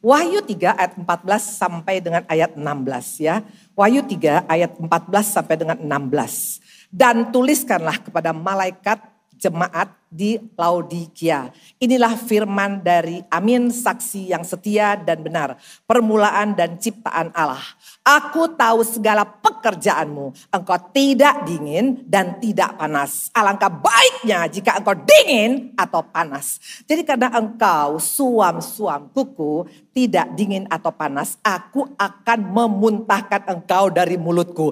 Wahyu 3 ayat 14 sampai dengan ayat 16 ya. Wahyu 3 ayat 14 sampai dengan 16. Dan tuliskanlah kepada malaikat jemaat di Laodikia. Inilah firman dari Amin, saksi yang setia dan benar, permulaan dan ciptaan Allah. Aku tahu segala pekerjaanmu. Engkau tidak dingin dan tidak panas. Alangkah baiknya jika engkau dingin atau panas. Jadi karena engkau suam-suam kuku, tidak dingin atau panas, aku akan memuntahkan engkau dari mulutku.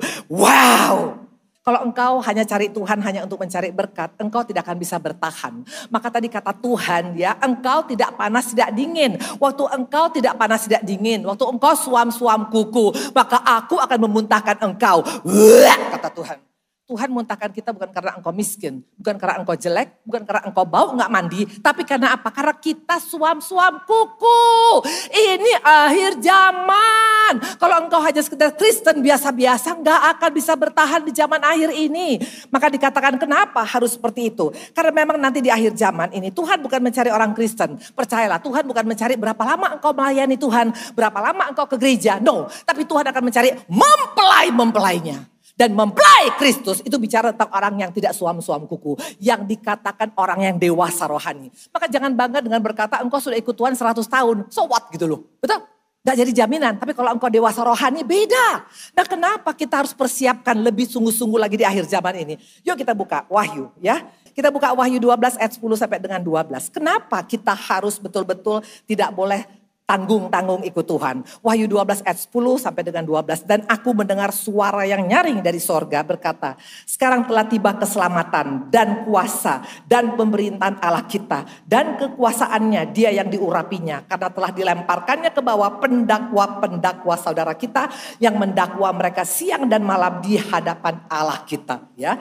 Wow! Kalau engkau hanya cari Tuhan hanya untuk mencari berkat, engkau tidak akan bisa bertahan. Maka tadi kata Tuhan ya, engkau tidak panas tidak dingin. Waktu engkau tidak panas tidak dingin, waktu engkau suam-suam kuku, maka aku akan memuntahkan engkau. Wah, kata Tuhan. Tuhan muntahkan kita bukan karena engkau miskin, bukan karena engkau jelek, bukan karena engkau bau nggak mandi, tapi karena apa? Karena kita suam-suam kuku. Ini akhir zaman. Kalau engkau hanya sekedar Kristen biasa-biasa, nggak akan bisa bertahan di zaman akhir ini. Maka dikatakan kenapa harus seperti itu? Karena memang nanti di akhir zaman ini Tuhan bukan mencari orang Kristen. Percayalah, Tuhan bukan mencari berapa lama engkau melayani Tuhan, berapa lama engkau ke gereja. No, tapi Tuhan akan mencari mempelai-mempelainya. Dan mempelai Kristus itu bicara tentang orang yang tidak suam-suam kuku. Yang dikatakan orang yang dewasa rohani. Maka jangan bangga dengan berkata engkau sudah ikut Tuhan 100 tahun. So what gitu loh. Betul? Gak jadi jaminan. Tapi kalau engkau dewasa rohani beda. Nah kenapa kita harus persiapkan lebih sungguh-sungguh lagi di akhir zaman ini. Yuk kita buka Wahyu ya. Kita buka Wahyu 12 ayat 10 sampai dengan 12. Kenapa kita harus betul-betul tidak boleh tanggung-tanggung ikut Tuhan. Wahyu 12 ayat 10 sampai dengan 12. Dan aku mendengar suara yang nyaring dari sorga berkata, sekarang telah tiba keselamatan dan kuasa dan pemerintahan Allah kita. Dan kekuasaannya dia yang diurapinya. Karena telah dilemparkannya ke bawah pendakwa-pendakwa saudara kita yang mendakwa mereka siang dan malam di hadapan Allah kita. Ya.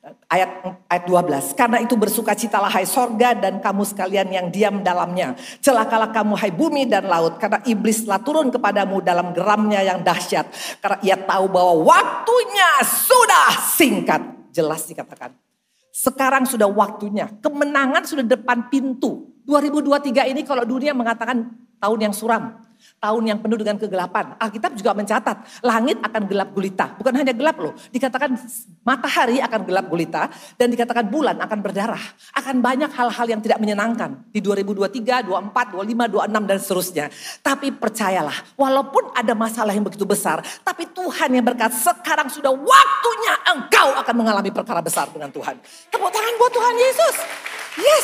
Ayat 12. Karena itu bersukacitalah hai sorga dan kamu sekalian yang diam dalamnya. Celakalah kamu hai bumi dan laut. Karena iblis telah turun kepadamu dalam geramnya yang dahsyat. Karena ia tahu bahwa waktunya sudah singkat. Jelas dikatakan. Sekarang sudah waktunya. Kemenangan sudah depan pintu. 2023 ini kalau dunia mengatakan tahun yang suram. Tahun yang penuh dengan kegelapan. Alkitab juga mencatat langit akan gelap gulita. Bukan hanya gelap loh. Dikatakan matahari akan gelap gulita. Dan dikatakan bulan akan berdarah. Akan banyak hal-hal yang tidak menyenangkan. Di 2023, 24, 25, 26 dan seterusnya. Tapi percayalah. Walaupun ada masalah yang begitu besar. Tapi Tuhan yang berkata sekarang sudah waktunya engkau akan mengalami perkara besar dengan Tuhan. Tepuk tangan buat Tuhan Yesus. Yes.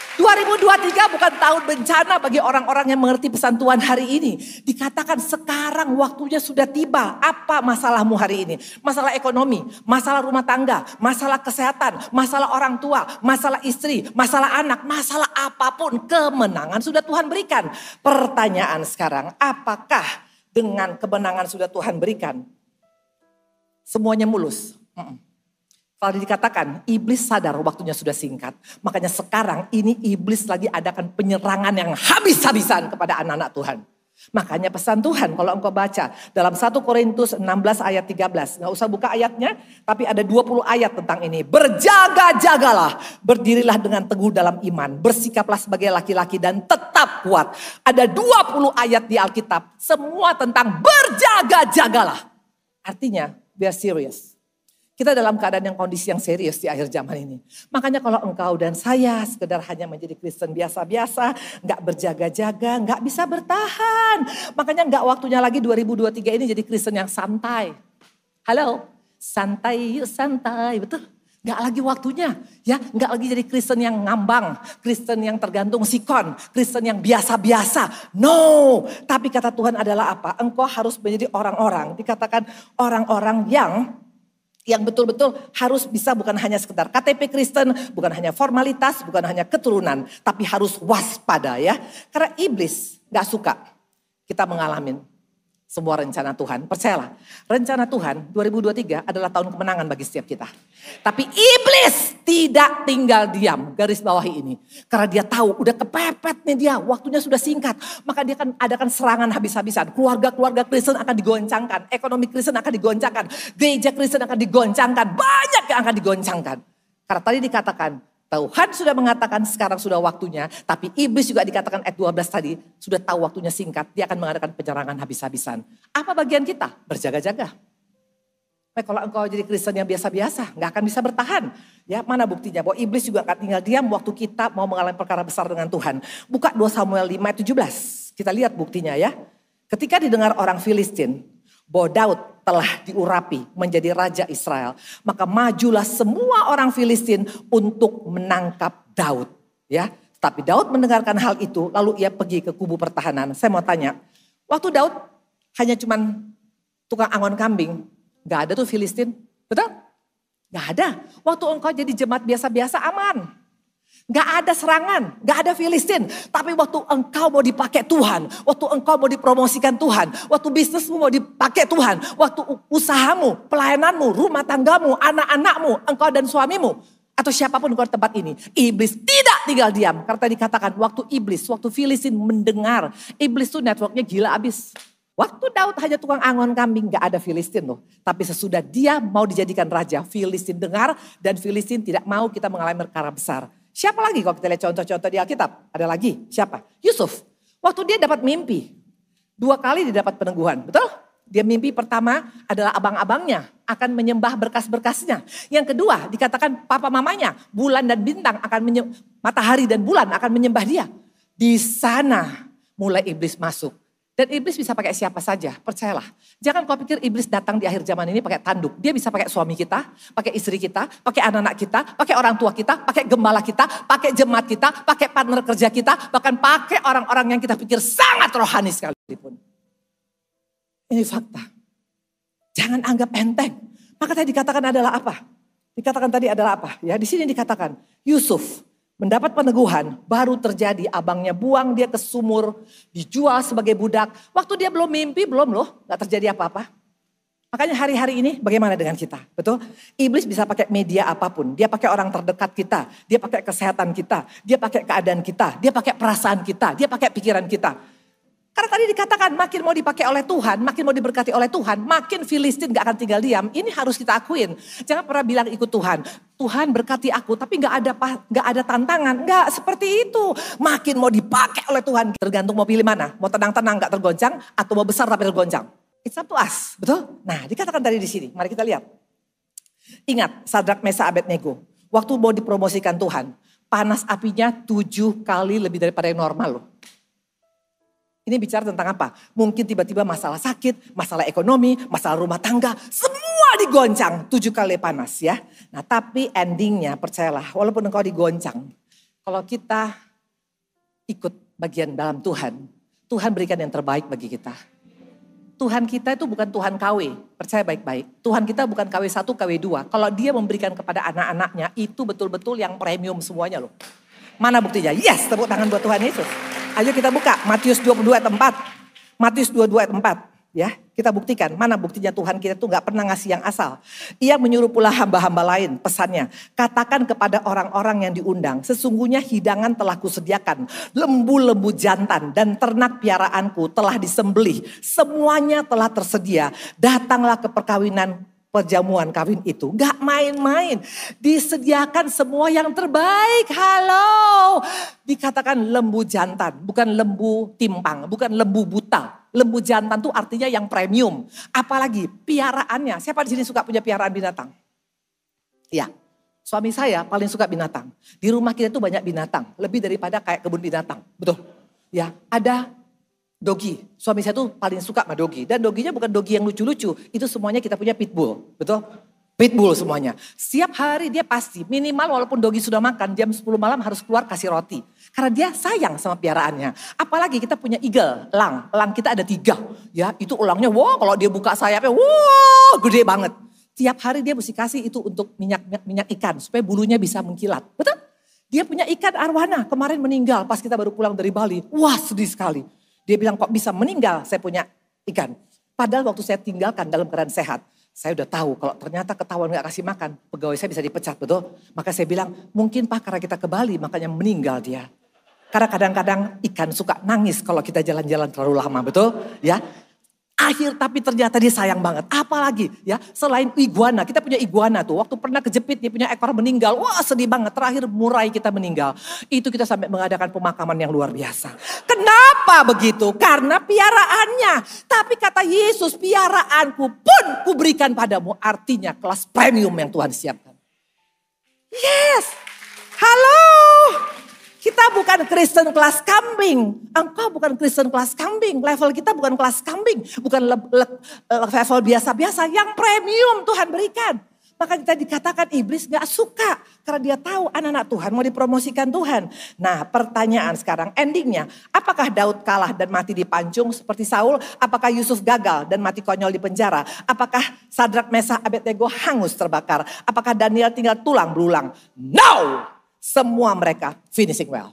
2023 bukan tahun bencana bagi orang-orang yang mengerti pesan Tuhan hari ini. Dikatakan sekarang waktunya sudah tiba. Apa masalahmu hari ini? Masalah ekonomi, masalah rumah tangga, masalah kesehatan, masalah orang tua, masalah istri, masalah anak, masalah apapun. Kemenangan sudah Tuhan berikan. Pertanyaan sekarang, apakah dengan kemenangan sudah Tuhan berikan semuanya mulus? Kalau dikatakan iblis sadar waktunya sudah singkat. Makanya sekarang ini iblis lagi adakan penyerangan yang habis-habisan kepada anak-anak Tuhan. Makanya pesan Tuhan kalau engkau baca dalam 1 Korintus 16 ayat 13. Gak usah buka ayatnya tapi ada 20 ayat tentang ini. Berjaga-jagalah, berdirilah dengan teguh dalam iman. Bersikaplah sebagai laki-laki dan tetap kuat. Ada 20 ayat di Alkitab semua tentang berjaga-jagalah. Artinya we are serious. Kita dalam keadaan yang kondisi yang serius di akhir zaman ini. Makanya kalau engkau dan saya sekedar hanya menjadi Kristen biasa-biasa, gak berjaga-jaga, gak bisa bertahan. Makanya gak waktunya lagi 2023 ini jadi Kristen yang santai. Halo, santai yuk santai, betul? Gak lagi waktunya, ya gak lagi jadi Kristen yang ngambang, Kristen yang tergantung sikon, Kristen yang biasa-biasa. No, tapi kata Tuhan adalah apa? Engkau harus menjadi orang-orang, dikatakan orang-orang yang betul-betul harus bisa bukan hanya sekedar KTP Kristen, bukan hanya formalitas, bukan hanya keturunan, tapi harus waspada ya. Karena iblis gak suka kita mengalami semua rencana Tuhan. Percayalah, rencana Tuhan 2023 adalah tahun kemenangan bagi setiap kita. Tapi iblis tidak tinggal diam, garis bawahi ini. Karena dia tahu udah kepepet nih dia, waktunya sudah singkat. Maka dia akan adakan serangan habis-habisan. Keluarga-keluarga Kristen akan digoncangkan, ekonomi Kristen akan digoncangkan, gereja Kristen akan digoncangkan, banyak yang akan digoncangkan. Karena tadi dikatakan Tuhan sudah mengatakan sekarang sudah waktunya. Tapi iblis juga dikatakan ayat 12 tadi. Sudah tahu waktunya singkat. Dia akan mengadakan penyerangan habis-habisan. Apa bagian kita? Berjaga-jaga. Kalau engkau jadi Kristen yang biasa-biasa, nggak akan bisa bertahan. Ya, mana buktinya? Bahwa iblis juga akan tinggal diam waktu kita mau mengalami perkara besar dengan Tuhan. Buka 2 Samuel 5 ayat 17. Kita lihat buktinya ya. Ketika didengar orang Filistin bahwa Daud telah diurapi menjadi raja Israel, maka majulah semua orang Filistin untuk menangkap Daud. Ya, tapi Daud mendengarkan hal itu, lalu ia pergi ke kubu pertahanan. Saya mau tanya, waktu Daud hanya cuman tukang angon kambing, gak ada tuh Filistin, betul? Gak ada. Waktu engkau jadi jemaat biasa-biasa aman. Gak ada serangan, gak ada Filistin. Tapi waktu engkau mau dipakai Tuhan, waktu engkau mau dipromosikan Tuhan, waktu bisnismu mau dipakai Tuhan, waktu usahamu, pelayananmu, rumah tanggamu, anak-anakmu, engkau dan suamimu, atau siapapun engkau di tempat ini, iblis tidak tinggal diam. Karena dikatakan waktu Filistin mendengar, iblis tuh networknya gila abis. Waktu Daud hanya tukang angon kambing, gak ada Filistin loh. Tapi sesudah dia mau dijadikan raja, Filistin dengar dan Filistin tidak mau kita mengalami perkara besar. Siapa lagi kalau kita lihat contoh-contoh di Alkitab? Ada lagi, siapa? Yusuf. Waktu dia dapat mimpi, 2 kali dia dapat peneguhan, betul? Dia mimpi pertama adalah abang-abangnya akan menyembah berkas-berkasnya. Yang kedua dikatakan papa mamanya, bulan dan bintang matahari dan bulan akan menyembah dia. Di sana mulai iblis masuk. Dan iblis bisa pakai siapa saja, percayalah. Jangan kau pikir iblis datang di akhir zaman ini pakai tanduk. Dia bisa pakai suami kita, pakai istri kita, pakai anak-anak kita, pakai orang tua kita, pakai gembala kita, pakai jemaat kita, pakai partner kerja kita, bahkan pakai orang-orang yang kita pikir sangat rohani sekalipun. Ini fakta. Jangan anggap enteng. Maka tadi dikatakan adalah apa? Dikatakan tadi adalah apa? Ya, di sini dikatakan Yusuf mendapat peneguhan, baru terjadi abangnya buang dia ke sumur, dijual sebagai budak. Waktu dia belum mimpi, belum loh, gak terjadi apa-apa. Makanya hari-hari ini bagaimana dengan kita? Betul? Iblis bisa pakai media apapun. Dia pakai orang terdekat kita, dia pakai kesehatan kita, dia pakai keadaan kita, dia pakai perasaan kita, dia pakai pikiran kita. Karena tadi dikatakan makin mau dipakai oleh Tuhan, makin mau diberkati oleh Tuhan, makin Filistin gak akan tinggal diam. Ini harus kita akuin. Jangan pernah bilang ikut Tuhan. Tuhan berkati aku tapi gak ada tantangan. Gak seperti itu. Makin mau dipakai oleh Tuhan. Tergantung mau pilih mana. Mau tenang-tenang gak tergoncang atau mau besar tapi tergoncang. It's up to us. Betul? Nah dikatakan tadi di sini. Mari kita lihat. Ingat Sadrak, Mesa, Abednego. Waktu mau dipromosikan Tuhan. Panas apinya 7 kali lebih daripada yang normal loh. Ini bicara tentang apa? Mungkin tiba-tiba masalah sakit, masalah ekonomi, masalah rumah tangga. Semua digoncang 7 kali panas ya. Nah tapi endingnya percayalah walaupun engkau digoncang. Kalau kita ikut bagian dalam Tuhan. Tuhan berikan yang terbaik bagi kita. Tuhan kita itu bukan Tuhan KW. Percaya baik-baik. Tuhan kita bukan KW1, KW2. Kalau dia memberikan kepada anak-anaknya itu betul-betul yang premium semuanya loh. Mana buktinya? Yes, tepuk tangan buat Tuhan Yesus. Ayo kita buka Matius 22 ayat 4. Matius 22 ayat 4. Ya, kita buktikan mana buktinya Tuhan kita tuh gak pernah ngasih yang asal. Ia menyuruh pula hamba-hamba lain, pesannya. Katakan kepada orang-orang yang diundang, sesungguhnya hidangan telah kusediakan. Lembu-lembu jantan dan ternak piaraanku telah disembelih. Semuanya telah tersedia. Datanglah ke perjamuan kawin itu. Gak main-main. Disediakan semua yang terbaik. Halo. Dikatakan lembu jantan. Bukan lembu timpang. Bukan lembu buta. Lembu jantan itu artinya yang premium. Apalagi piaraannya. Siapa di sini suka punya piaraan binatang? Ya. Suami saya paling suka binatang. Di rumah kita tuh banyak binatang. Lebih daripada kayak kebun binatang. Betul. Ya. Ada dogi, suami saya tuh paling suka sama dogi. Dan doginya bukan dogi yang lucu-lucu. Itu semuanya kita punya pitbull, betul? Pitbull semuanya. Setiap hari dia pasti minimal walaupun dogi sudah makan jam 10 malam harus keluar kasih roti. Karena dia sayang sama piaraannya. Apalagi kita punya eagle, elang. Elang kita ada 3. Ya itu elangnya wow kalau dia buka sayapnya wow gede banget. Tiap hari dia mesti kasih itu untuk minyak ikan supaya bulunya bisa mengkilat. Betul? Dia punya ikan arwana kemarin meninggal pas kita baru pulang dari Bali. Wah sedih sekali. Dia bilang kok bisa meninggal saya punya ikan. Padahal waktu saya tinggalkan dalam keadaan sehat. Saya udah tahu kalau ternyata ketahuan gak kasih makan. Pegawai saya bisa dipecat betul. Maka saya bilang mungkin Pak karena kita ke Bali makanya meninggal dia. Karena kadang-kadang ikan suka nangis kalau kita jalan-jalan terlalu lama betul. Ya. akhir tapi ternyata dia sayang banget. Apalagi ya selain iguana, kita punya iguana tuh. Waktu pernah kejepit dia punya ekor meninggal. Wah sedih banget, terakhir murai kita meninggal. Itu kita sampai mengadakan pemakaman yang luar biasa. Kenapa begitu? Karena piaraannya. Tapi kata Yesus, piaraanku pun kuberikan padamu. Artinya kelas premium yang Tuhan siapkan. Yes, halo. Kita bukan Kristen kelas kambing. Engkau bukan Kristen kelas kambing. Level kita bukan kelas kambing. Bukan level biasa-biasa. Yang premium Tuhan berikan. Maka kita dikatakan iblis gak suka. Karena dia tahu anak-anak Tuhan mau dipromosikan Tuhan. Nah pertanyaan sekarang endingnya. Apakah Daud kalah dan mati di pancung seperti Saul? Apakah Yusuf gagal dan mati konyol di penjara? Apakah Sadrak, Mesah, Abednego hangus terbakar? Apakah Daniel tinggal tulang belulang? No! Semua mereka finishing well.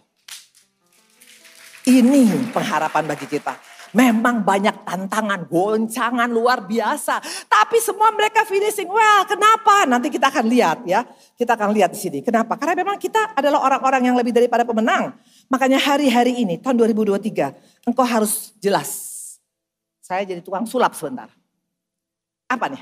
Ini pengharapan bagi kita. Memang banyak tantangan, goncangan luar biasa. Tapi semua mereka finishing well. Kenapa? Nanti kita akan lihat ya. Kita akan lihat di sini. Kenapa? Karena memang kita adalah orang-orang yang lebih daripada pemenang. Makanya hari-hari ini tahun 2023 engkau harus jelas. Saya jadi tukang sulap sebentar. Apa nih?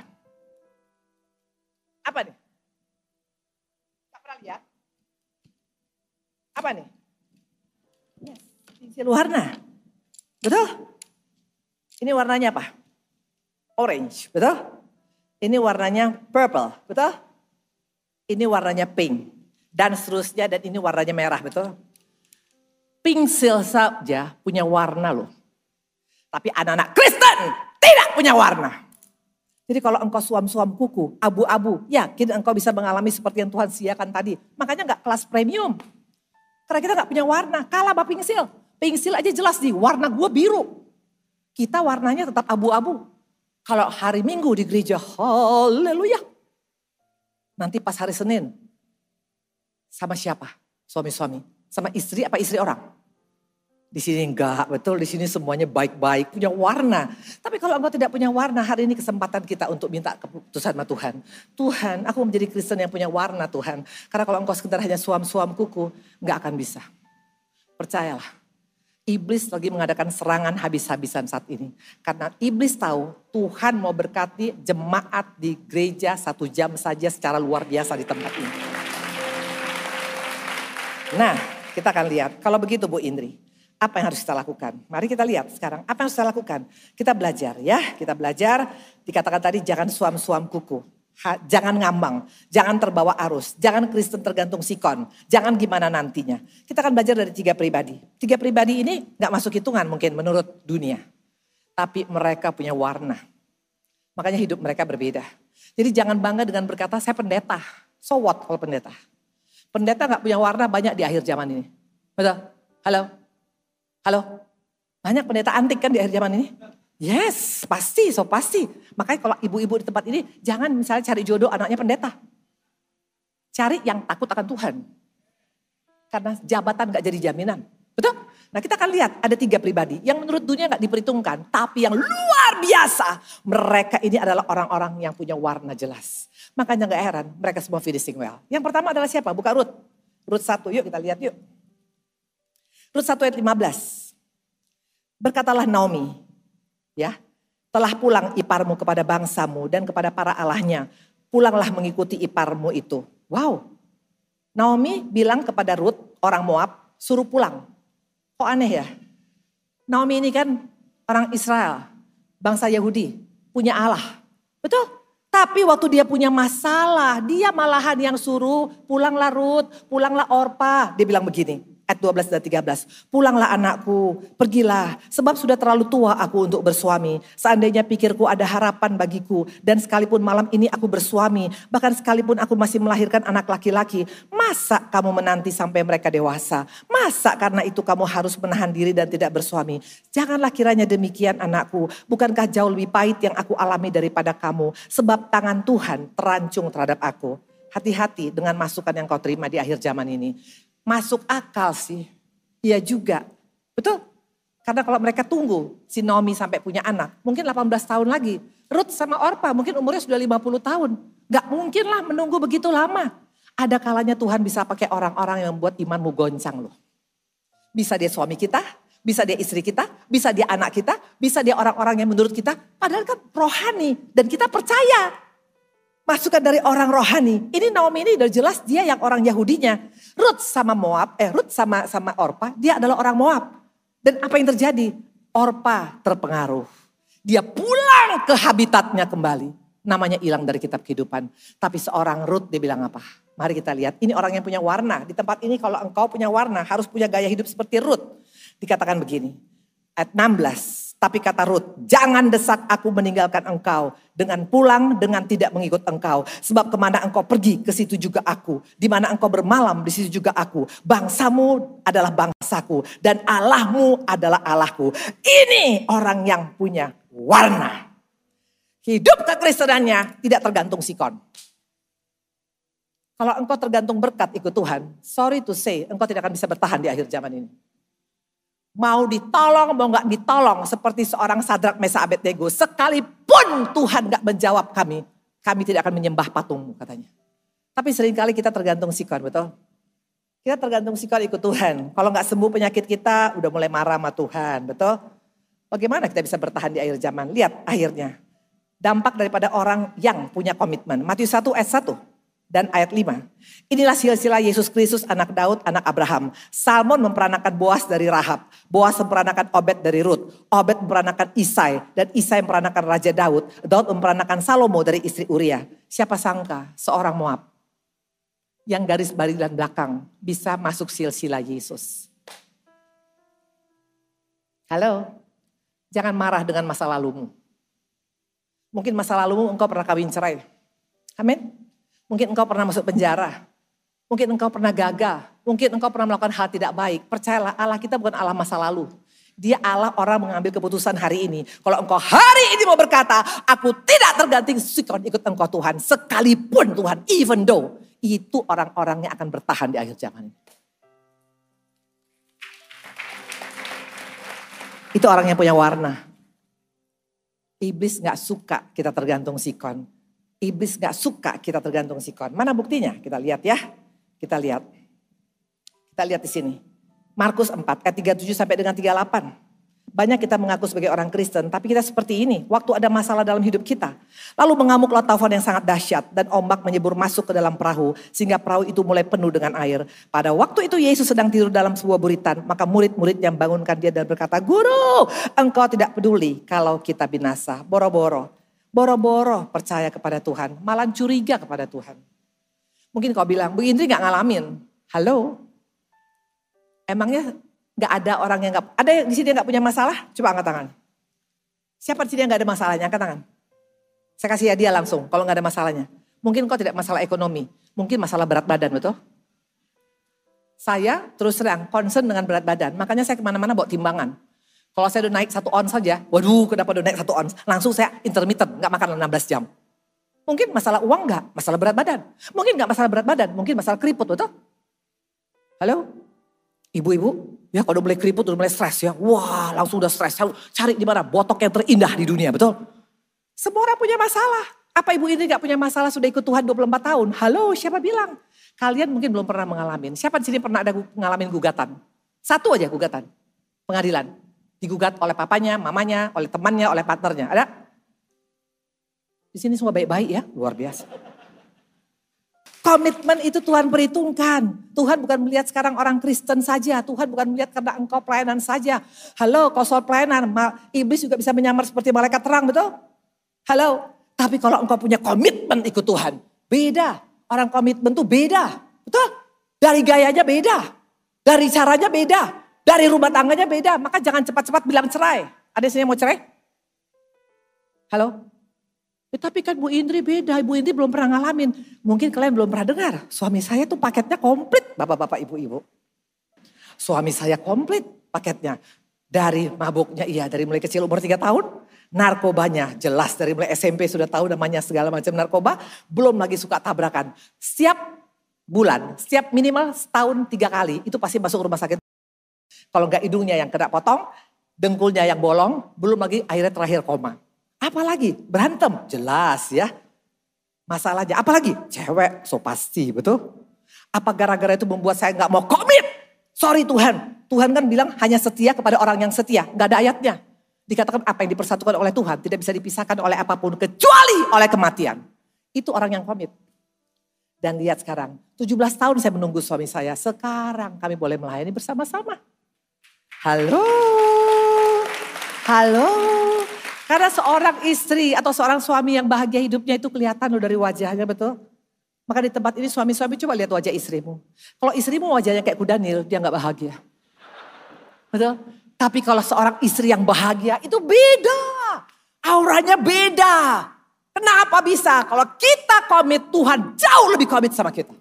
Apa nih? Tak pernah lihat? Apa nih? Yes, pensil warna. Betul? Ini warnanya apa? Orange, betul? Ini warnanya purple, betul? Ini warnanya pink. Dan seterusnya, dan ini warnanya merah, betul? Pensil saja punya warna loh. Tapi anak-anak Kristen tidak punya warna. Jadi kalau engkau suam-suam kuku, abu-abu, yakin engkau bisa mengalami seperti yang Tuhan sediakan tadi. Makanya gak kelas premium. Karena kita gak punya warna, kalah sama pensil. Pensil aja jelas nih, warna gue biru. Kita warnanya tetap abu-abu. Kalau hari Minggu di gereja, haleluya. Nanti pas hari Senin, sama siapa? Suami-suami. Sama istri apa istri orang? Di sini enggak, betul. Di sini semuanya baik-baik, punya warna. Tapi kalau engkau tidak punya warna, hari ini kesempatan kita untuk minta keputusan sama Tuhan. Tuhan, aku menjadi Kristen yang punya warna Tuhan. Karena kalau engkau sekedar hanya suam-suam kuku, enggak akan bisa. Percayalah, iblis lagi mengadakan serangan habis-habisan saat ini. Karena iblis tahu Tuhan mau berkati jemaat di gereja 1 jam saja secara luar biasa di tempat ini. Nah, kita akan lihat. Kalau begitu Bu Indri. Apa yang harus kita lakukan? Mari kita lihat sekarang apa yang harus kita lakukan. Kita belajar ya, kita belajar. Dikatakan tadi jangan suam-suam kuku. Jangan ngambang, jangan terbawa arus. Jangan Kristen tergantung sikon. Jangan gimana nantinya. Kita akan belajar dari 3 pribadi. 3 pribadi ini gak masuk hitungan mungkin menurut dunia. Tapi mereka punya warna. Makanya hidup mereka berbeda. Jadi jangan bangga dengan berkata saya pendeta. So what kalau pendeta? Pendeta gak punya warna banyak di akhir zaman ini. Betul? Halo? Halo, banyak pendeta antik kan di akhir zaman ini? Yes, pasti, so pasti. Makanya kalau ibu-ibu di tempat ini, jangan misalnya cari jodoh anaknya pendeta. Cari yang takut akan Tuhan. Karena jabatan gak jadi jaminan. Betul? Nah kita akan lihat ada 3 pribadi yang menurut dunia gak diperhitungkan. Tapi yang luar biasa. Mereka ini adalah orang-orang yang punya warna jelas. Makanya gak heran mereka semua finishing well. Yang pertama adalah siapa? Buka Rut. Rut 1 yuk kita lihat yuk. Rut 1 ayat 15. Berkatalah Naomi, ya, telah pulang iparmu kepada bangsamu dan kepada para allahnya. Pulanglah mengikuti iparmu itu. Wow. Naomi bilang kepada Rut, orang Moab, suruh pulang. Kok aneh ya? Naomi ini kan orang Israel, bangsa Yahudi, punya Allah. Betul? Tapi waktu dia punya masalah, dia malahan yang suruh, pulanglah Rut, pulanglah Orpa. Dia bilang begini. Ayat 12 dan 13. Pulanglah anakku, pergilah. Sebab sudah terlalu tua aku untuk bersuami. Seandainya pikirku ada harapan bagiku. Dan sekalipun malam ini aku bersuami. Bahkan sekalipun aku masih melahirkan anak laki-laki. Masa kamu menanti sampai mereka dewasa? Masa karena itu kamu harus menahan diri dan tidak bersuami? Janganlah kiranya demikian anakku. Bukankah jauh lebih pahit yang aku alami daripada kamu? Sebab tangan Tuhan terancung terhadap aku. Hati-hati dengan masukan yang kau terima di akhir zaman ini. Masuk akal sih, iya juga, betul? Karena kalau mereka tunggu si Naomi sampai punya anak, mungkin 18 tahun lagi. Ruth sama Orpa mungkin umurnya sudah 50 tahun. Gak mungkin lah menunggu begitu lama. Ada kalanya Tuhan bisa pakai orang-orang yang membuat imanmu goncang loh. Bisa dia suami kita, Bisa dia istri kita, bisa dia anak kita, bisa dia orang-orang yang menurut kita. Padahal kan rohani dan kita percaya. Masukan dari orang rohani. Ini Naomi ini udah jelas dia yang orang Yahudinya. Ruth sama Ruth sama Orpa, dia adalah orang Moab. Dan apa yang terjadi? Orpa terpengaruh. Dia pulang ke habitatnya kembali. Namanya hilang dari kitab kehidupan. Tapi seorang Ruth dia bilang apa? Mari kita lihat. Ini orang yang punya warna. Di tempat ini kalau engkau punya warna harus punya gaya hidup seperti Ruth. Dikatakan begini. Ayat 16. Tapi kata Ruth, jangan desak aku meninggalkan engkau. Dengan pulang, dengan tidak mengikut engkau. Sebab kemana engkau pergi, ke situ juga aku. Di mana engkau bermalam, di situ juga aku. Bangsamu adalah bangsaku. Dan Allahmu adalah Allahku. Ini orang yang punya warna. Hidup kekristenannya tidak tergantung sikon. Kalau engkau tergantung berkat ikut Tuhan, sorry to say, engkau tidak akan bisa bertahan di akhir zaman ini. Mau ditolong, mau gak ditolong. Seperti seorang Sadrak, Mesak, Abednego. Sekalipun Tuhan gak menjawab kami tidak akan menyembah patungmu katanya. Tapi seringkali kita tergantung sikon, betul? Kita tergantung sikon ikut Tuhan. Kalau gak sembuh penyakit kita, udah mulai marah sama Tuhan, betul? Bagaimana kita bisa bertahan di akhir zaman? Lihat akhirnya. Dampak daripada orang yang punya komitmen. Matius 1 ayat 1. Dan ayat 5. Inilah silsilah Yesus Kristus anak Daud, anak Abraham. Salmon memperanakan Boas dari Rahab. Boas memperanakan Obed dari Ruth. Obed memperanakan Isai. Dan Isai memperanakan Raja Daud. Daud memperanakan Salomo dari istri Uria. Siapa sangka seorang Moab yang garis barisan belakang bisa masuk silsilah Yesus. Halo, jangan marah dengan masa lalumu. Mungkin masa lalumu engkau pernah kawin cerai. Amin. Mungkin engkau pernah masuk penjara. Mungkin engkau pernah gagal. Mungkin engkau pernah melakukan hal tidak baik. Percayalah Allah kita bukan Allah masa lalu. Dia Allah orang mengambil keputusan hari ini. Kalau engkau hari ini mau berkata, aku tidak tergantung sikon ikut engkau Tuhan. Sekalipun Tuhan, even though. Itu orang-orangnya akan bertahan di akhir zaman ini. Itu orang yang punya warna. Iblis gak suka kita tergantung sikon. Iblis gak suka kita tergantung sikon. Mana buktinya? Kita lihat ya. Kita lihat di sini. Markus 4 ayat 37 sampai dengan 38. Banyak kita mengaku sebagai orang Kristen, tapi kita seperti ini. Waktu ada masalah dalam hidup kita. Lalu mengamuklah taufan yang sangat dahsyat dan ombak menyebur masuk ke dalam perahu. Sehingga perahu itu mulai penuh dengan air. Pada waktu itu Yesus sedang tidur dalam sebuah buritan. Maka murid-murid yang bangunkan dia dan berkata, Guru, engkau tidak peduli kalau kita binasa. Boro-boro percaya kepada Tuhan, malah curiga kepada Tuhan. Mungkin kau bilang, Bu Indri gak ngalamin. Halo? Emangnya gak ada orang yang gak, ada yang di sini yang gak punya masalah? Coba angkat tangan. Siapa di sini yang gak ada masalahnya? Angkat tangan. Saya kasih hadiah langsung kalau gak ada masalahnya. Mungkin kau tidak masalah ekonomi, mungkin masalah berat badan, betul? Saya terus terang concern dengan berat badan, makanya saya kemana-mana bawa timbangan. Kalau saya udah naik 1 ons saja, waduh kenapa udah naik 1 ons? Langsung saya intermittent, gak makan 16 jam. Mungkin masalah uang gak, masalah berat badan. Mungkin gak masalah berat badan, mungkin masalah keriput, betul? Halo? Ibu-ibu, ya kalau udah mulai keriput, udah mulai stres ya. Wah langsung udah stres, cari di mana botok yang terindah di dunia, betul? Semua orang punya masalah. Apa ibu ini gak punya masalah sudah ikut Tuhan 24 tahun? Halo, siapa bilang? Kalian mungkin belum pernah mengalami. Siapa di sini pernah ada ngalamin gugatan? Satu aja gugatan, pengadilan. Digugat oleh papanya, mamanya, oleh temannya, oleh partnernya. Ada? Di sini semua baik-baik ya, luar biasa. Komitmen itu Tuhan perhitungkan. Tuhan bukan melihat sekarang orang Kristen saja. Tuhan bukan melihat karena engkau pelayanan saja. Halo, kau soal pelayanan, iblis juga bisa menyamar seperti malaikat terang, betul? Halo, tapi kalau engkau punya komitmen ikut Tuhan, beda. Orang komitmen tuh beda, betul? Dari gayanya beda, dari caranya beda. Dari rumah tangganya beda, maka jangan cepat-cepat bilang cerai. Ada yang sini mau cerai? Halo? Ya, tapi kan Bu Indri beda, Bu Indri belum pernah ngalamin. Mungkin kalian belum pernah dengar, suami saya tuh paketnya komplit, bapak-bapak, ibu-ibu. Suami saya komplit paketnya. Dari mabuknya, iya dari mulai kecil umur 3 tahun. Narkobanya jelas dari mulai SMP sudah tahu namanya segala macam narkoba. Belum lagi suka tabrakan. Setiap bulan, setiap minimal setahun 3 kali itu pasti masuk rumah sakit. Kalau enggak hidungnya yang kena potong, dengkulnya yang bolong, belum lagi akhirnya terakhir koma. Apalagi berantem, jelas ya. Masalahnya, apalagi cewek, so pasti betul. Apa gara-gara itu membuat saya enggak mau komit? Sorry Tuhan. Tuhan kan bilang hanya setia kepada orang yang setia. Gak ada ayatnya. Dikatakan apa yang dipersatukan oleh Tuhan tidak bisa dipisahkan oleh apapun kecuali oleh kematian. Itu orang yang komit. Dan lihat sekarang, 17 tahun saya menunggu suami saya. Sekarang kami boleh melayani bersama-sama. Halo. Halo. Karena seorang istri atau seorang suami yang bahagia hidupnya itu kelihatan loh dari wajahnya, betul? Maka di tempat ini suami-suami coba lihat wajah istrimu. Kalau istrimu wajahnya kayak kuda nil, dia gak bahagia. Betul? Tapi kalau seorang istri yang bahagia itu beda. Auranya beda. Kenapa bisa? Kalau kita komit, Tuhan jauh lebih komit sama kita.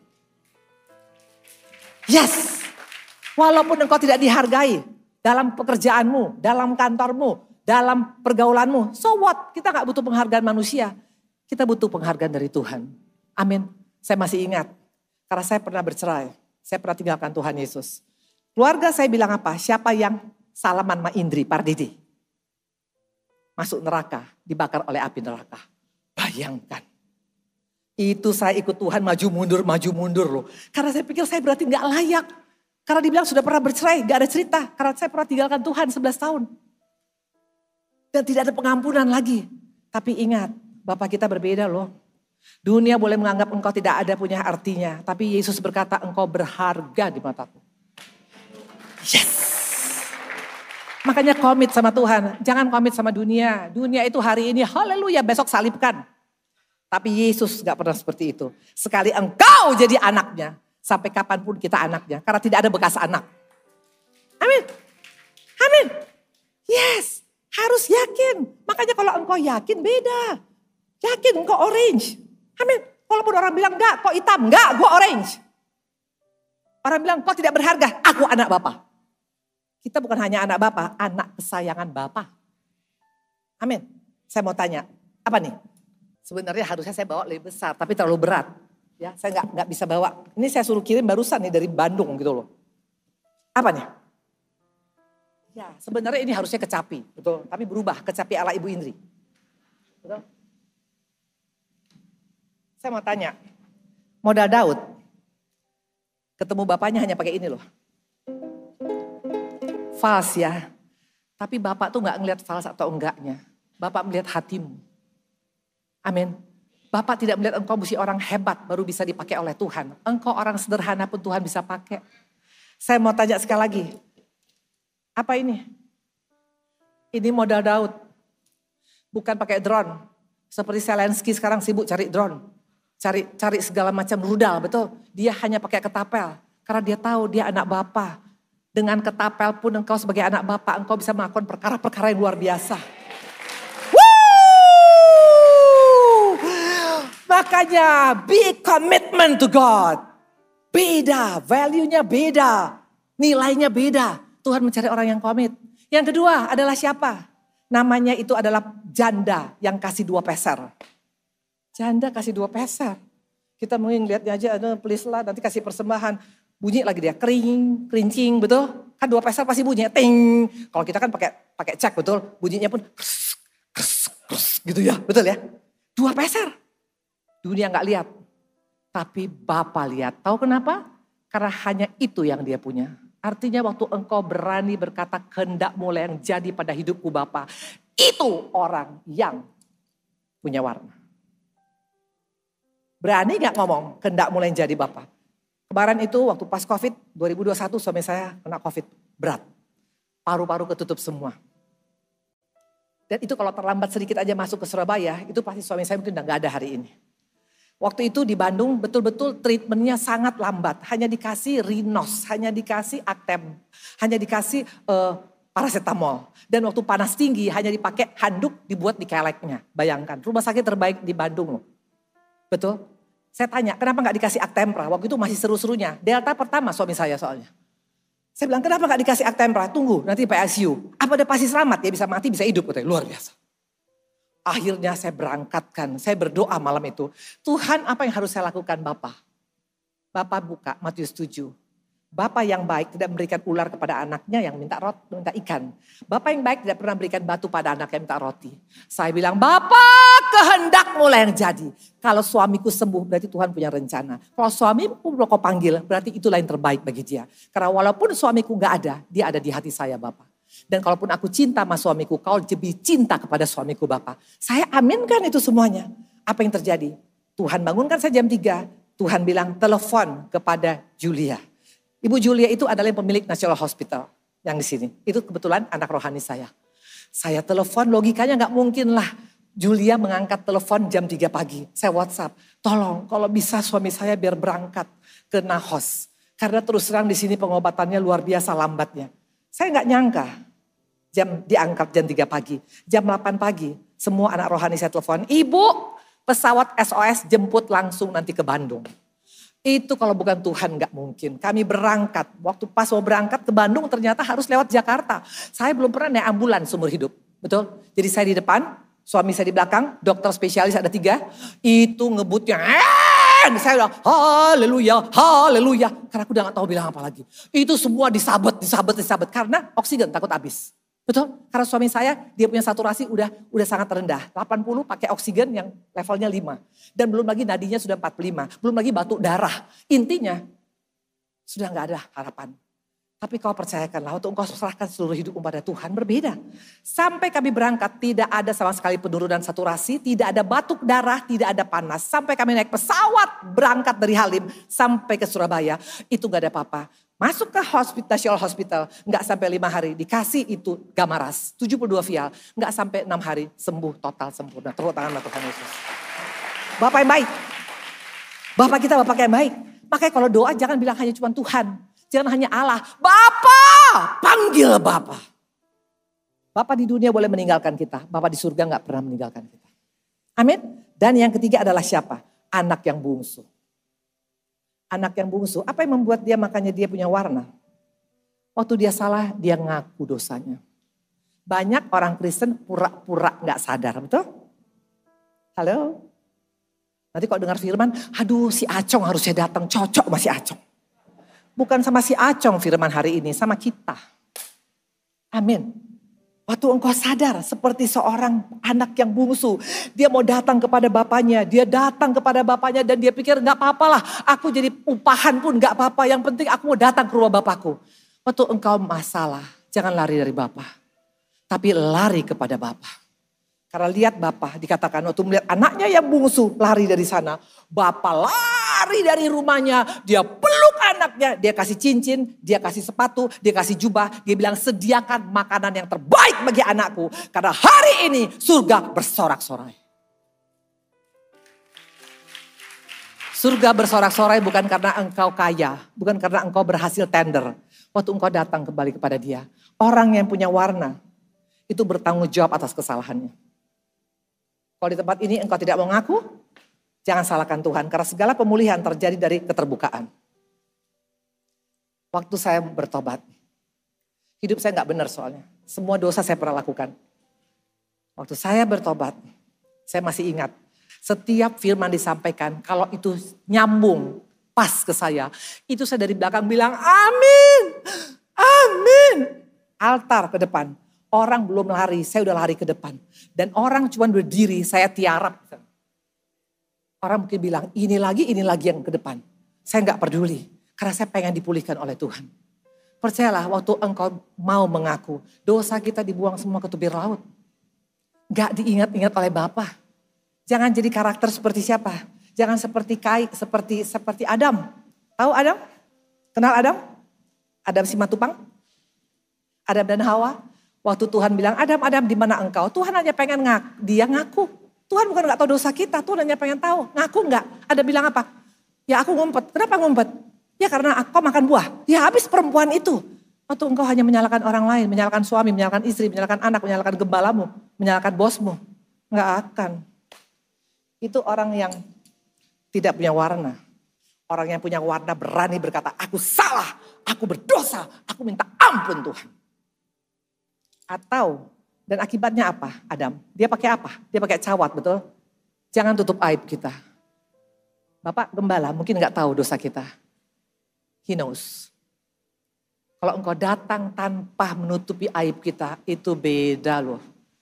Yes. Walaupun engkau tidak dihargai dalam pekerjaanmu, dalam kantormu, dalam pergaulanmu. So what? Kita gak butuh penghargaan manusia. Kita butuh penghargaan dari Tuhan. Amin. Saya masih ingat. Karena saya pernah bercerai. Saya pernah tinggalkan Tuhan Yesus. Keluarga saya bilang apa? Siapa yang salaman sama Indri, Pardidi. Masuk neraka, dibakar oleh api neraka. Bayangkan. Itu saya ikut Tuhan maju mundur loh. Karena saya pikir saya berarti gak layak. Karena dibilang sudah pernah bercerai, gak ada cerita. Karena saya pernah tinggalkan Tuhan 11 tahun. Dan tidak ada pengampunan lagi. Tapi ingat, Bapak kita berbeda loh. Dunia boleh menganggap engkau tidak ada punya artinya. Tapi Yesus berkata engkau berharga di mataku. Yes. Makanya komit sama Tuhan. Jangan komit sama dunia. Dunia itu hari ini haleluya besok salibkan. Tapi Yesus gak pernah seperti itu. Sekali engkau jadi anaknya. Sampai kapanpun kita anaknya. Karena tidak ada bekas anak. Amin. Amin. Yes. Harus yakin. Makanya kalau engkau yakin beda. Yakin engkau orange. Amin. Walaupun orang bilang enggak kok hitam. Enggak gue orange. Orang bilang kau tidak berharga. Aku anak Bapa. Kita bukan hanya anak Bapa, anak kesayangan Bapa. Amin. Saya mau tanya, apa nih? Sebenarnya harusnya saya bawa lebih besar, tapi terlalu berat. Ya, saya nggak bisa bawa. Ini saya suruh kirim barusan nih dari Bandung gitu loh. Apa nih? Ya, sebenarnya ini harusnya kecapi, betul. Tapi berubah, kecapi ala Ibu Indri. Betul? Saya mau tanya, modal Daud, ketemu bapaknya hanya pakai ini loh. Fals ya. Tapi Bapak tuh gak ngelihat fals atau enggaknya. Bapak melihat hatimu. Amin. Bapak tidak melihat engkau mesti orang hebat baru bisa dipakai oleh Tuhan. Engkau orang sederhana pun Tuhan bisa pakai. Saya mau tanya sekali lagi. Apa ini? Ini modal Daud. Bukan pakai drone. Seperti Zelensky sekarang sibuk cari drone. Cari segala macam rudal, betul. Dia hanya pakai ketapel. Karena dia tahu dia anak Bapa. Dengan ketapel pun engkau sebagai anak Bapa, engkau bisa melakukan perkara-perkara yang luar biasa. Woo! Makanya big commitment to God. Beda, value-nya beda, nilainya beda. Tuhan mencari orang yang komit. Yang kedua adalah siapa? Namanya itu adalah janda yang kasih 2 peser. Janda kasih 2 peser. Kita mungkin lihatnya aja, please lah nanti kasih persembahan. Bunyi lagi dia, kerincing, betul? Kan 2 peser pasti bunyinya, ting. Kalau kita kan pakai cek, betul? Bunyinya pun kers, gitu ya, betul ya? 2 peser. Dunia gak lihat, tapi Bapa lihat. Tahu kenapa? Karena hanya itu yang dia punya. Artinya waktu engkau berani berkata kehendakmu yang jadi pada hidupku Bapa. Itu orang yang punya warna. Berani gak ngomong kehendakmu yang jadi Bapa? Kemarin itu waktu pas COVID 2021 suami saya kena COVID berat. Paru-paru ketutup semua. Dan itu kalau terlambat sedikit aja masuk ke Surabaya, itu pasti suami saya mungkin udah gak ada hari ini. Waktu itu di Bandung betul-betul treatmentnya sangat lambat. Hanya dikasih Rinos, hanya dikasih Actem, hanya dikasih paracetamol. Dan waktu panas tinggi hanya dipakai handuk dibuat di keleknya. Bayangkan, rumah sakit terbaik di Bandung loh. Betul? Saya tanya, kenapa gak dikasih Actempra? Waktu itu masih seru-serunya. Delta pertama suami saya soalnya. Saya bilang, kenapa gak dikasih Actempra? Tunggu, nanti PICU. Apa dia pasti selamat? Ya bisa mati, bisa hidup. Luar biasa. Akhirnya saya berangkatkan, saya berdoa malam itu. Tuhan apa yang harus saya lakukan Bapak? Bapak buka Matius 7. Bapak yang baik tidak memberikan ular kepada anaknya yang minta ikan. Bapak yang baik tidak pernah berikan batu pada anaknya yang minta roti. Saya bilang, Bapak kehendakmu lah yang jadi. Kalau suamiku sembuh berarti Tuhan punya rencana. Kalau suamiku belum kau panggil berarti itulah yang terbaik bagi dia. Karena walaupun suamiku gak ada, dia ada di hati saya Bapak. Dan kalaupun aku cinta sama suamiku, kau lebih cinta kepada suamiku Bapak. Saya aminkan itu semuanya. Apa yang terjadi? Tuhan bangunkan saya jam 3. Tuhan bilang telepon kepada Julia. Ibu Julia itu adalah pemilik National Hospital yang di sini. Itu kebetulan anak rohani saya. Saya telepon, logikanya gak mungkin lah. Julia mengangkat telepon jam 3 pagi. Saya WhatsApp, tolong kalau bisa suami saya biar berangkat ke Nahos. Karena terus terang di sini pengobatannya luar biasa lambatnya. Saya gak nyangka diangkat jam 3 pagi. Jam 8 pagi semua anak rohani saya telepon. Ibu pesawat SOS jemput langsung nanti ke Bandung. Itu kalau bukan Tuhan gak mungkin. Kami berangkat. Waktu pas mau berangkat ke Bandung ternyata harus lewat Jakarta. Saya belum pernah naik ambulans seumur hidup. Betul? Jadi saya di depan, suami saya di belakang, dokter spesialis ada 3. Itu ngebutnya. Saya bilang haleluya, haleluya. Karena aku udah gak tahu bilang apa lagi. Itu semua disabet. Karena oksigen takut habis. Betul? Karena suami saya dia punya saturasi udah sangat rendah. 80 pakai oksigen yang levelnya 5. Dan belum lagi nadinya sudah 45. Belum lagi batuk darah. Intinya sudah gak ada harapan. Tapi kau percayakanlah waktu engkau serahkan seluruh hidup kepada Tuhan berbeda. Sampai kami berangkat tidak ada sama sekali penurunan saturasi. Tidak ada batuk darah, tidak ada panas. Sampai kami naik pesawat berangkat dari Halim sampai ke Surabaya. Itu gak ada apa-apa. Masuk ke National Hospital, nggak sampai 5 hari dikasih itu Gamaras, 72 vial, nggak sampai 6 hari sembuh total sempurna. Tepuk tangan Tuhan Yesus. Bapak yang baik, Bapak kita Bapak yang baik. Makanya kalau doa jangan bilang hanya cuma Tuhan, jangan hanya Allah. Bapak, panggil Bapak. Bapak di dunia boleh meninggalkan kita, Bapak di surga nggak pernah meninggalkan kita. Amin. Dan yang ketiga adalah siapa? Anak yang bungsu. Anak yang bungsu, apa yang membuat dia makanya dia punya warna? Waktu dia salah, dia ngaku dosanya. Banyak orang Kristen pura-pura gak sadar, betul? Halo? Nanti kalau dengar firman, aduh si Acong harusnya datang, cocok sama si Acong. Bukan sama si Acong firman hari ini, sama kita. Amin. Waktu engkau sadar seperti seorang anak yang bungsu. Dia mau datang kepada bapaknya. Dia datang kepada bapaknya dan dia pikir gak apa-apalah. Aku jadi upahan pun gak apa-apa. Yang penting aku mau datang ke rumah bapakku. Waktu engkau masalah, jangan lari dari bapak. Tapi lari kepada bapak. Karena lihat bapak dikatakan waktu melihat anaknya yang bungsu lari dari sana. Bapak lari dari rumahnya. Dia peluk anaknya. Dia kasih cincin, dia kasih sepatu, dia kasih jubah. Dia bilang sediakan makanan yang terbaik bagi anakku. Karena hari ini surga bersorak-sorai. Surga bersorak-sorai bukan karena engkau kaya. Bukan karena engkau berhasil tender. Waktu engkau datang kembali kepada dia. Orang yang punya warna itu bertanggung jawab atas kesalahannya. Kalau di tempat ini engkau tidak mau ngaku, jangan salahkan Tuhan. Karena segala pemulihan terjadi dari keterbukaan. Waktu saya bertobat, hidup saya gak benar soalnya. Semua dosa saya pernah lakukan. Waktu saya bertobat, saya masih ingat. Setiap firman disampaikan, kalau itu nyambung pas ke saya. Itu saya dari belakang bilang, amin, amin. Altar ke depan. Orang belum lari, saya udah lari ke depan. Dan orang cuma berdiri, saya tiarap. Orang mungkin bilang, ini lagi yang ke depan. Saya gak peduli, karena saya pengen dipulihkan oleh Tuhan. Percayalah, waktu engkau mau mengaku, dosa kita dibuang semua ke tubir laut. Gak diingat-ingat oleh Bapa. Jangan jadi karakter seperti siapa? Jangan seperti seperti Adam. Tahu Adam? Kenal Adam? Adam Simatupang? Adam dan Hawa? Waktu Tuhan bilang, Adam, di mana engkau? Tuhan hanya pengen dia ngaku. Tuhan bukan gak tahu dosa kita, Tuhan hanya pengen tahu. Ngaku gak? Ada bilang apa? Ya aku ngumpet. Kenapa ngumpet? Ya karena aku makan buah. Ya habis perempuan itu. Waktu engkau hanya menyalahkan orang lain, menyalahkan suami, menyalahkan istri, menyalahkan anak, menyalahkan gembalamu, menyalahkan bosmu. Gak akan. Itu orang yang tidak punya warna. Orang yang punya warna berani berkata, aku salah, aku berdosa, aku minta ampun Tuhan. Atau, dan akibatnya apa Adam? Dia pakai apa? Dia pakai cawat, betul? Jangan tutup aib kita. Bapak gembala mungkin gak tahu dosa kita. He knows. Kalau engkau datang tanpa menutupi aib kita, itu beda loh.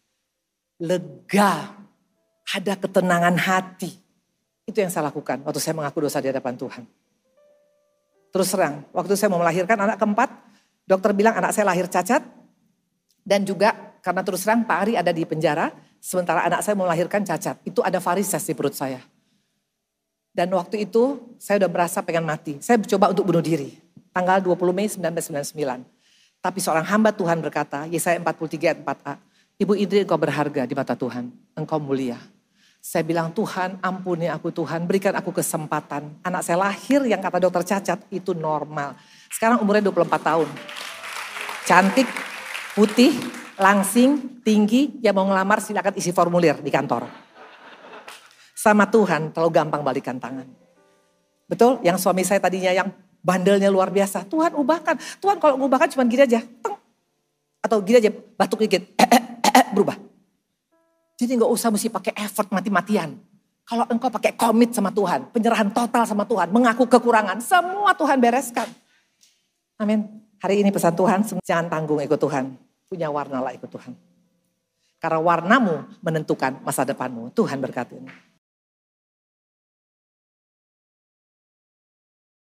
Lega, ada ketenangan hati. Itu yang saya lakukan waktu saya mengaku dosa di hadapan Tuhan. Terus terang, waktu saya mau melahirkan anak keempat, dokter bilang anak saya lahir cacat. Dan juga karena terus terang Pak Ari ada di penjara, sementara anak saya mau melahirkan cacat. Itu ada varises di perut saya. Dan waktu itu saya udah merasa pengen mati. Saya coba untuk bunuh diri. Tanggal 20 Mei 1999. Tapi seorang hamba Tuhan berkata, Yesaya 43 ayat 4a. Ibu Indri, engkau berharga di mata Tuhan. Engkau mulia. Saya bilang, Tuhan ampuni aku Tuhan. Berikan aku kesempatan. Anak saya lahir yang kata dokter cacat itu normal. Sekarang umurnya 24 tahun. Cantik, putih, langsing, tinggi. Yang mau ngelamar silakan isi formulir di kantor. Sama Tuhan terlalu gampang balikan tangan. Betul? Yang suami saya tadinya yang bandelnya luar biasa. Tuhan ubahkan. Tuhan kalau ubahkan cuma gini aja. Teng. Atau gini aja batuk dikit. Berubah. Jadi gak usah mesti pakai effort mati-matian. Kalau engkau pakai komit sama Tuhan. Penyerahan total sama Tuhan. Mengaku kekurangan. Semua Tuhan bereskan. Amin. Hari ini pesan Tuhan. Jangan tanggung ikut Tuhan. Punya warna lah ikut Tuhan. Karena warnamu menentukan masa depanmu. Tuhan berkati.